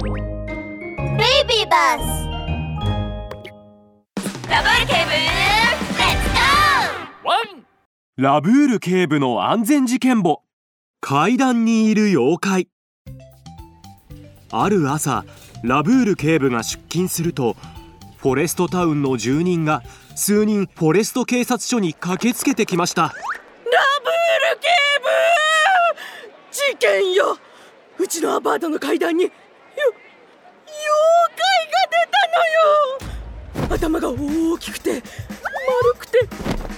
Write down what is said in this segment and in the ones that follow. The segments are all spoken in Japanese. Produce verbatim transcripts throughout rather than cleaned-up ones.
ベイビーバスラブール警部、レッツゴー。 ワンラブール警部の安全事件簿。階段にいる妖怪。ある朝、ラブール警部が出勤すると、フォレストタウンの住人が数人フォレスト警察署に駆けつけてきました。 ラブール警部、事件よ。うちのアパートの階段によ妖怪が出たのよ。頭が大きくて丸くて目が赤く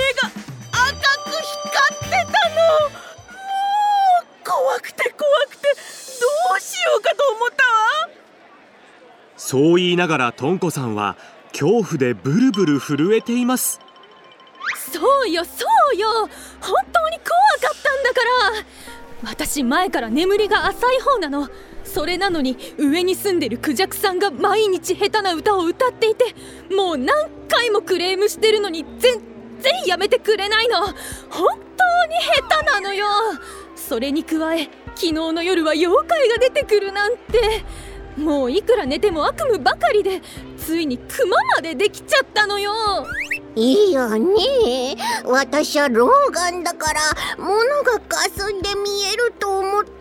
光ってたの。もう怖くて怖くてどうしようかと思ったわ。 そう言いながらトンコさんは恐怖でブルブル震えています。 そうよそうよ、本当に怖かったんだから。私前から眠りが浅い方なの。それなのに上に住んでるクジャクさんが毎日下手な歌を歌っていて、もう何回もクレームしてるのに全然やめてくれないの。本当に下手なのよ。それに加え昨日の夜は妖怪が出てくるなんて、もういくら寝ても悪夢ばかりで、ついにクマまでできちゃったのよ。 いいよね。私は老眼だから物が霞んで見えると思った。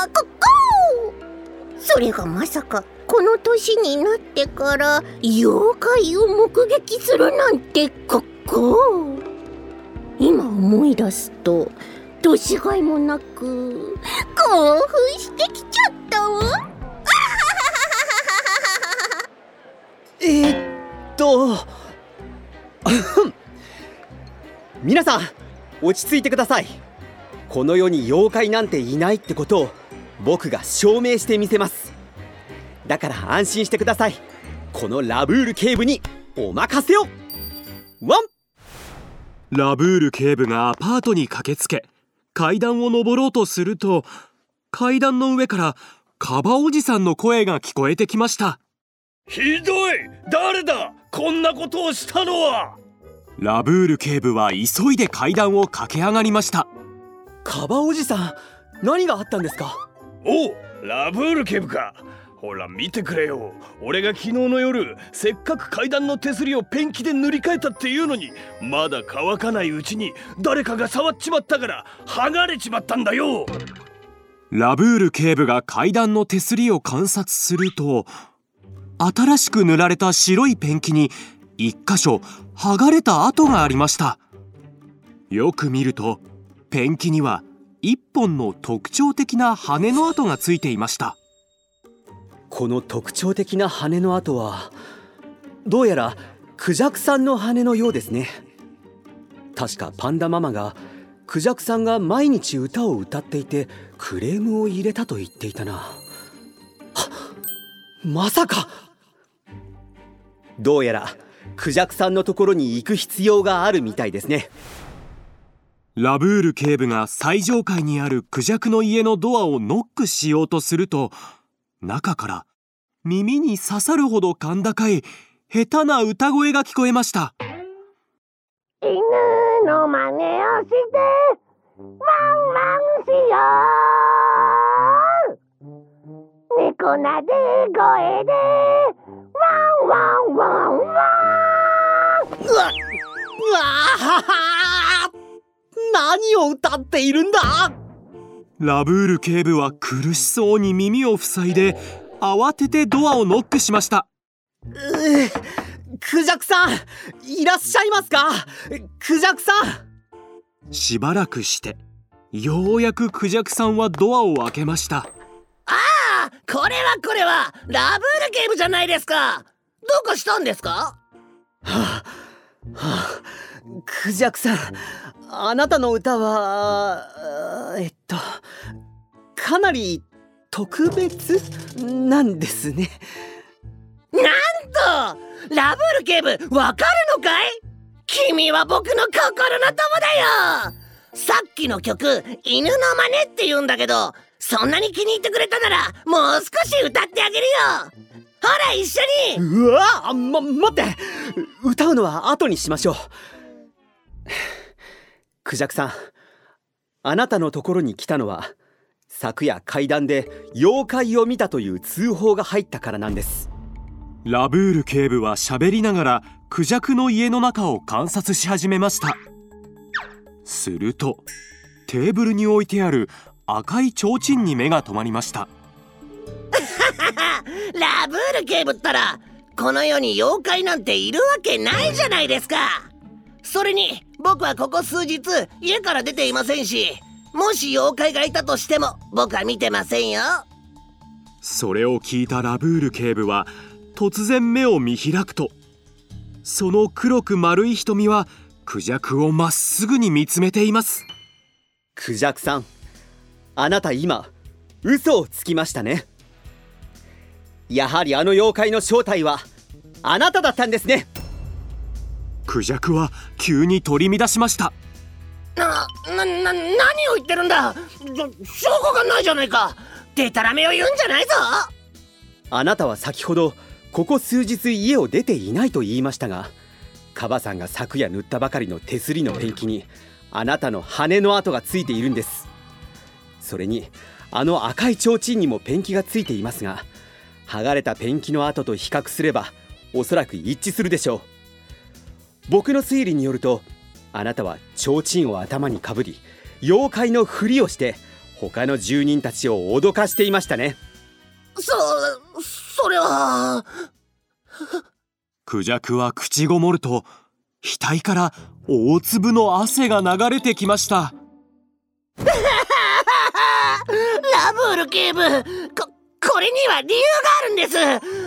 ここそれがまさかこの年になってから妖怪を目撃するなんて。ここ今思い出すと年がいもなく興奮してきちゃったわ。 えー、っと皆さん落ち着いてください。この世に妖怪なんていないってことを僕が証明してみせます。だから安心してください。このラブール警部にお任せを。ワンラブール警部がアパートに駆けつけ、階段を登ろうとすると、階段の上からカバおじさんの声が聞こえてきました。 ひどい！誰だ？こんなことをしたのは！ ラブール警部は急いで階段を駆け上がりました。 カバおじさん、何があったんですか？ おう、ラブール警部か。ほら見てくれよ。俺が昨日の夜、せっかく階段の手すりをペンキで塗り替えたっていうのに、まだ乾かないうちに誰かが触っちまったから剥がれちまったんだよ。 ラブール警部が階段の手すりを観察すると、新しく塗られた白いペンキに一箇所剥がれた跡がありました。よく見るとペンキには一本の特徴的な羽の跡がついていました。 この特徴的な羽の跡はどうやらクジャクさんの羽のようですね。確かパンダママがクジャクさんが毎日歌を歌っていてクレームを入れたと言っていたな。はっ、まさか。どうやらクジャクさんのところに行く必要があるみたいですね。 ラブール警部が最上階にあるクジャクの家のドアをノックしようとすると、中から耳に刺さるほど甲高い下手な歌声が聞こえました。 犬の真似をしてワンワンしよう。猫なで声でワンワンワンワン。 うわっ、うわあ、何を歌っているんだ。 ラブール警部は苦しそうに耳を塞いで慌ててドアをノックしました。 うー、クジャクさん、いらっしゃいますか？クジャクさん。しばらくしてようやくクジャクさんはドアを開けました。 ああ、これはこれはラブール警部じゃないですか。どうかしたんですか？はあ、はあ、クジャクさん、あなたの歌はえっとかなり特別なんですね。 なんとラブール警部、わかるのかい？君は僕の心の友だよ。さっきの曲、犬の真似って言うんだけど、そんなに気に入ってくれたならもう少し歌ってあげるよ。ほら一緒に。 うわ、ま、待って、歌うのは後にしましょう。クジャクさん、あなたのところに来たのは昨夜階段で妖怪を見たという通報が入ったからなんです。 ラブール警部は喋りながらクジャクの家の中を観察し始めました。するとテーブルに置いてある赤い提灯に目が留まりました。 ラブール警部ったらこの世に妖怪なんているわけないじゃないですか。それに僕はここ数日家から出ていませんし、もし妖怪がいたとしても僕は見てませんよ。 それを聞いたラブール警部は突然目を見開くと、その黒く丸い瞳はクジャクをまっすぐに見つめています。 クジャクさん、あなた今嘘をつきましたね。やはりあの妖怪の正体はあなただったんですね。 クジャクは急に取り乱しました。 な、な、な、何を言ってるんだ。証拠がないじゃないか。デタラメを言うんじゃないぞ。 あなたは先ほどここ数日家を出ていないと言いましたが、カバさんが昨夜塗ったばかりの手すりのペンキにあなたの羽の跡がついているんです。それにあの赤い提灯にもペンキがついていますが、剥がれたペンキの跡と比較すればおそらく一致するでしょう。僕の推理によると、あなたは提灯を頭にかぶり妖怪のふりをして他の住人たちを脅かしていましたね。 そ、それは。 クジャクは口ごもると額から大粒の汗が流れてきました。 ラブール警部、こ、これには理由があるんです。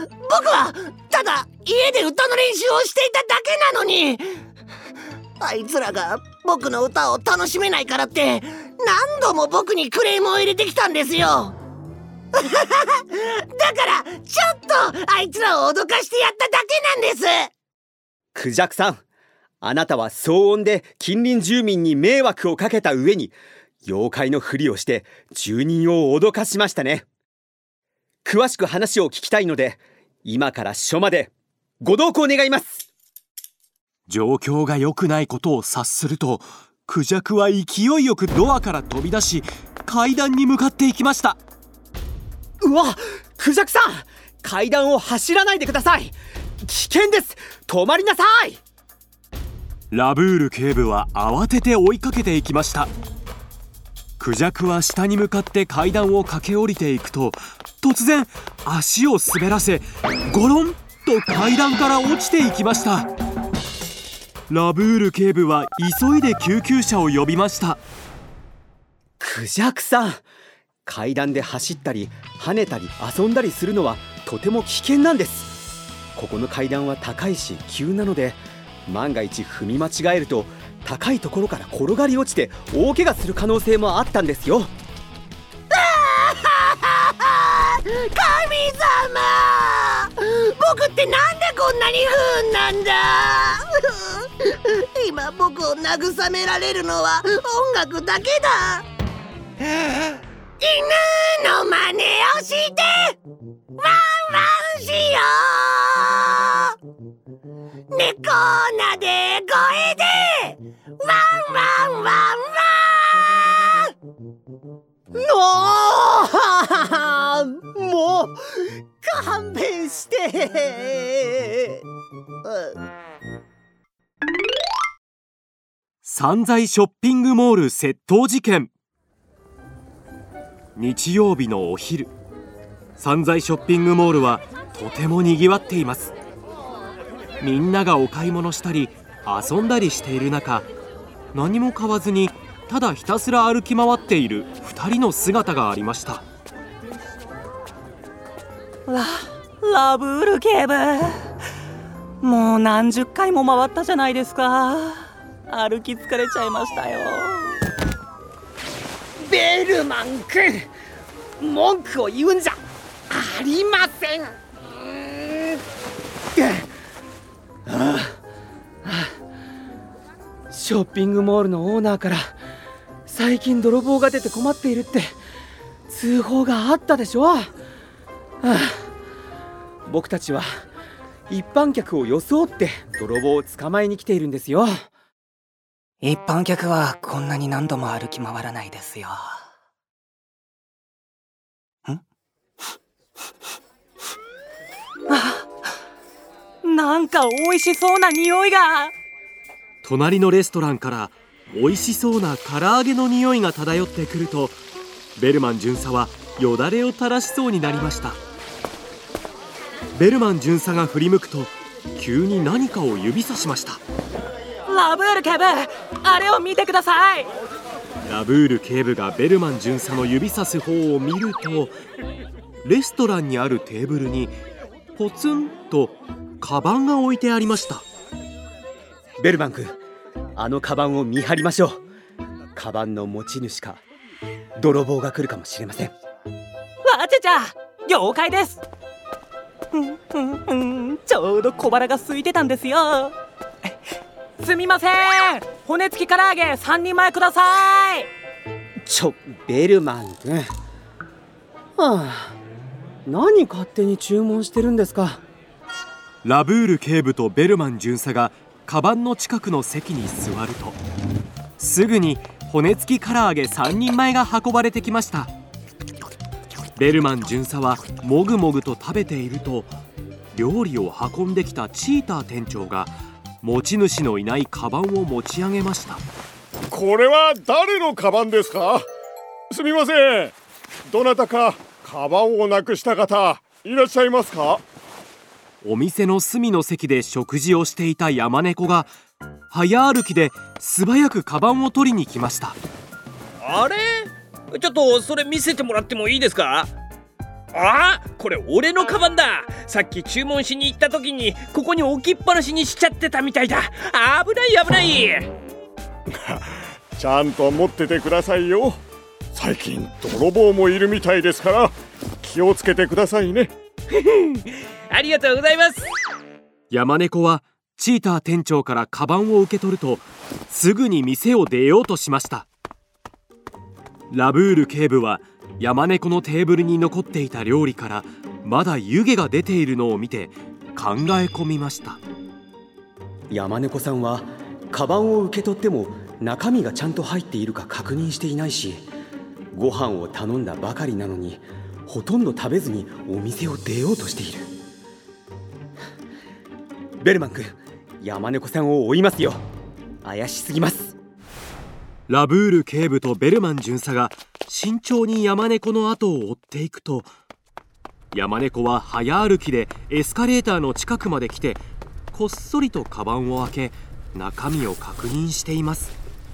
僕はただ家で歌の練習をしていただけなのに、あいつらが僕の歌を楽しめないからって何度も僕にクレームを入れてきたんですよ。だからちょっとあいつらを脅かしてやっただけなんです。 クジャクさん、あなたは騒音で近隣住民に迷惑をかけた上に妖怪のふりをして住人を脅かしましたね。詳しく話を聞きたいので今から署までご同行願います。 状況が良くないことを察すると、クジャクは勢いよくドアから飛び出し階段に向かっていきました。 うわ、クジャクさん、階段を走らないでください。危険です。止まりなさい。 ラブール警部は慌てて追いかけていきました。クジャクは下に向かって階段を駆け下りていくと、突然足を滑らせゴロンと階段から落ちていきました。ラブール警部は急いで救急車を呼びました。 クジャクさん、階段で走ったり跳ねたり遊んだりするのはとても危険なんです。ここの階段は高いし急なので、万が一踏み間違えると高いところから転がり落ちて大怪我する可能性もあったんですよ。 神様、僕ってなんでこんなに不運なんだ。今僕を慰められるのは音楽だけだ。犬の真似をしてワンワンしよう。猫なで声でワンワンワンワン。もう勘弁して。 散財ショッピングモール窃盗事件。日曜日のお昼、散財ショッピングモールはとてもにぎわっています。みんながお買い物したり遊んだりしている中、何も買わずにただひたすら歩き回っているふたりの姿がありました。 ラ、ラブール警部、もう何十回も回ったじゃないですか。歩き疲れちゃいましたよ。 ベルマン君、文句を言うんじゃありません。うーん、 ああ、ショッピングモールのオーナーから最近泥棒が出て困っているって通報があったでしょ。はあ、僕たちは一般客を装って泥棒を捕まえに来ているんですよ。 一般客はこんなに何度も歩き回らないですよ。 なんか美味しそうな匂いが。 隣のレストランから美味しそうな唐揚げの匂いが漂ってくると、ベルマン巡査はよだれを垂らしそうになりました。ベルマン巡査が振り向くと、急に何かを指さしました。 ラブール警部、あれを見てください。 ラブール警部がベルマン巡査の指さす方を見ると、レストランにあるテーブルにポツンとカバンが置いてありました。 ベルマン君、あのカバンを見張りましょう。カバンの持ち主か泥棒が来るかもしれません。 わちゃちゃ、了解です。うんうんうん、ちょうど小腹が空いてたんですよ。すみません、骨付き唐揚げさんにんまえください。 ちょ、ベルマン君、はあ、何勝手に注文してるんですか。 ラブール警部とベルマン巡査がカバンの近くの席に座ると、すぐに骨付き唐揚げさんにんまえが運ばれてきました。ベルマン巡査はもぐもぐと食べていると、料理を運んできたチーター店長が持ち主のいないカバンを持ち上げました。 これは誰のカバンですか。すみません、どなたかカバンをなくした方いらっしゃいますか。 お店の隅の席で食事をしていた山猫が早歩きで素早くカバンを取りに来ました。 あれ、ちょっとそれ見せてもらってもいいですか。あ、これ俺のカバンだ。さっき注文しに行った時にここに置きっぱなしにしちゃってたみたいだ。危ない危ない。 ちゃんと持っててくださいよ。最近泥棒もいるみたいですから気をつけてくださいね。 ありがとうございます。 山猫はチーター店長からカバンを受け取ると、すぐに店を出ようとしました。ラブール警部は山猫のテーブルに残っていた料理からまだ湯気が出ているのを見て考え込みました。 山猫さんはカバンを受け取っても中身がちゃんと入っているか確認していないし、ご飯を頼んだばかりなのにほとんど食べずにお店を出ようとしている。ベルマン君、山猫さんを追いますよ。怪しすぎます。 ラブール警部とベルマン巡査が慎重に山猫の後を追っていくと、山猫は早歩きでエスカレーターの近くまで来て、こっそりとカバンを開け中身を確認しています。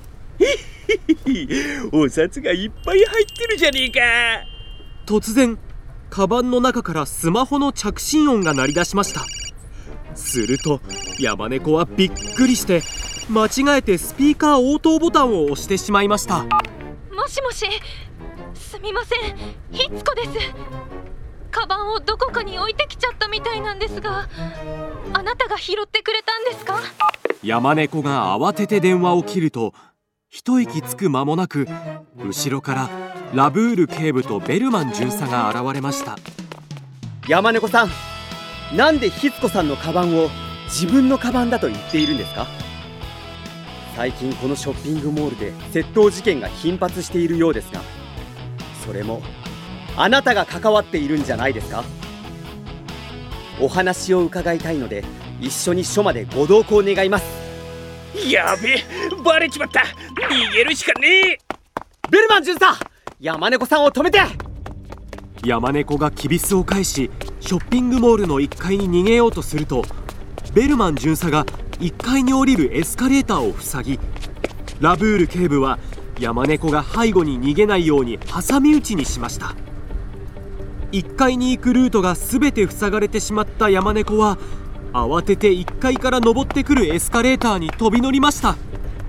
お札がいっぱい入ってるじゃねえか。 突然カバンの中からスマホの着信音が鳴り出しました。すると山猫はびっくりして間違えてスピーカー応答ボタンを押してしまいました。 もしもし、すみません、ひつこです。カバンをどこかに置いてきちゃったみたいなんですが、あなたが拾ってくれたんですか。 山猫が慌てて電話を切ると、一息つく間もなく後ろからラブール警部とベルマン巡査が現れました。 山猫さん、なんでひつこさんのカバンを自分のカバンだと言っているんですか。最近このショッピングモールで窃盗事件が頻発しているようですが、それもあなたが関わっているんじゃないですか。お話を伺いたいので一緒に署までご同行願います。 やべえ、バレちまった。逃げるしかねえ。 ベルマン巡査、山猫さんを止めて。 山猫がきびすを返しショッピングモールのいっかいに逃げようとすると、ベルマン巡査がいっかいに降りるエスカレーターを塞ぎ、ラブール警部は山猫が背後に逃げないように挟み撃ちにしました。いっかいに行くルートが全て塞がれてしまった山猫は慌てていっかいから登ってくるエスカレーターに飛び乗りました。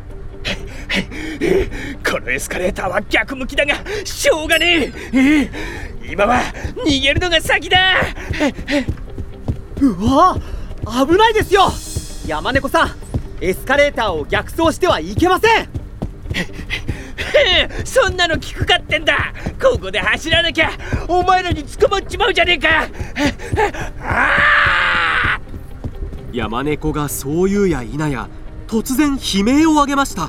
このエスカレーターは逆向きだがしょうがねえ。今は逃げるのが先だ。 うわ、危ないですよ。山猫さん、エスカレーターを逆走してはいけません。 そんなの聞くかってんだ。ここで走らなきゃお前らに捕まっちまうじゃねえか。あ山猫がそう言うや否や突然悲鳴を上げました。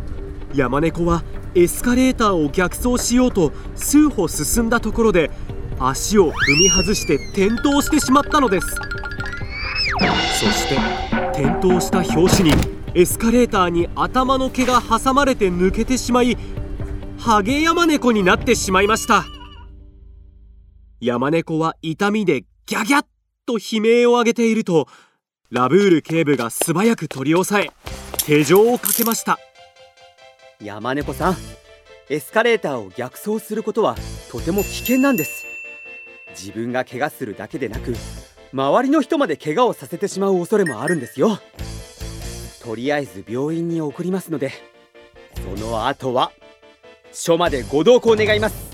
山猫はエスカレーターを逆走しようと数歩進んだところで足を踏み外して転倒してしまったのです。そして転倒した拍子にエスカレーターに頭の毛が挟まれて抜けてしまい、ハゲヤマネコになってしまいました。ヤマネコは痛みでギャギャッと悲鳴を上げていると、ラブール警部が素早く取り押さえ手錠をかけました。 ヤマネコさん、エスカレーターを逆走することはとても危険なんです。自分が怪我するだけでなく、周りの人まで怪我をさせてしまう恐れもあるんですよ。とりあえず病院に送りますので、その後は署までご同行願います。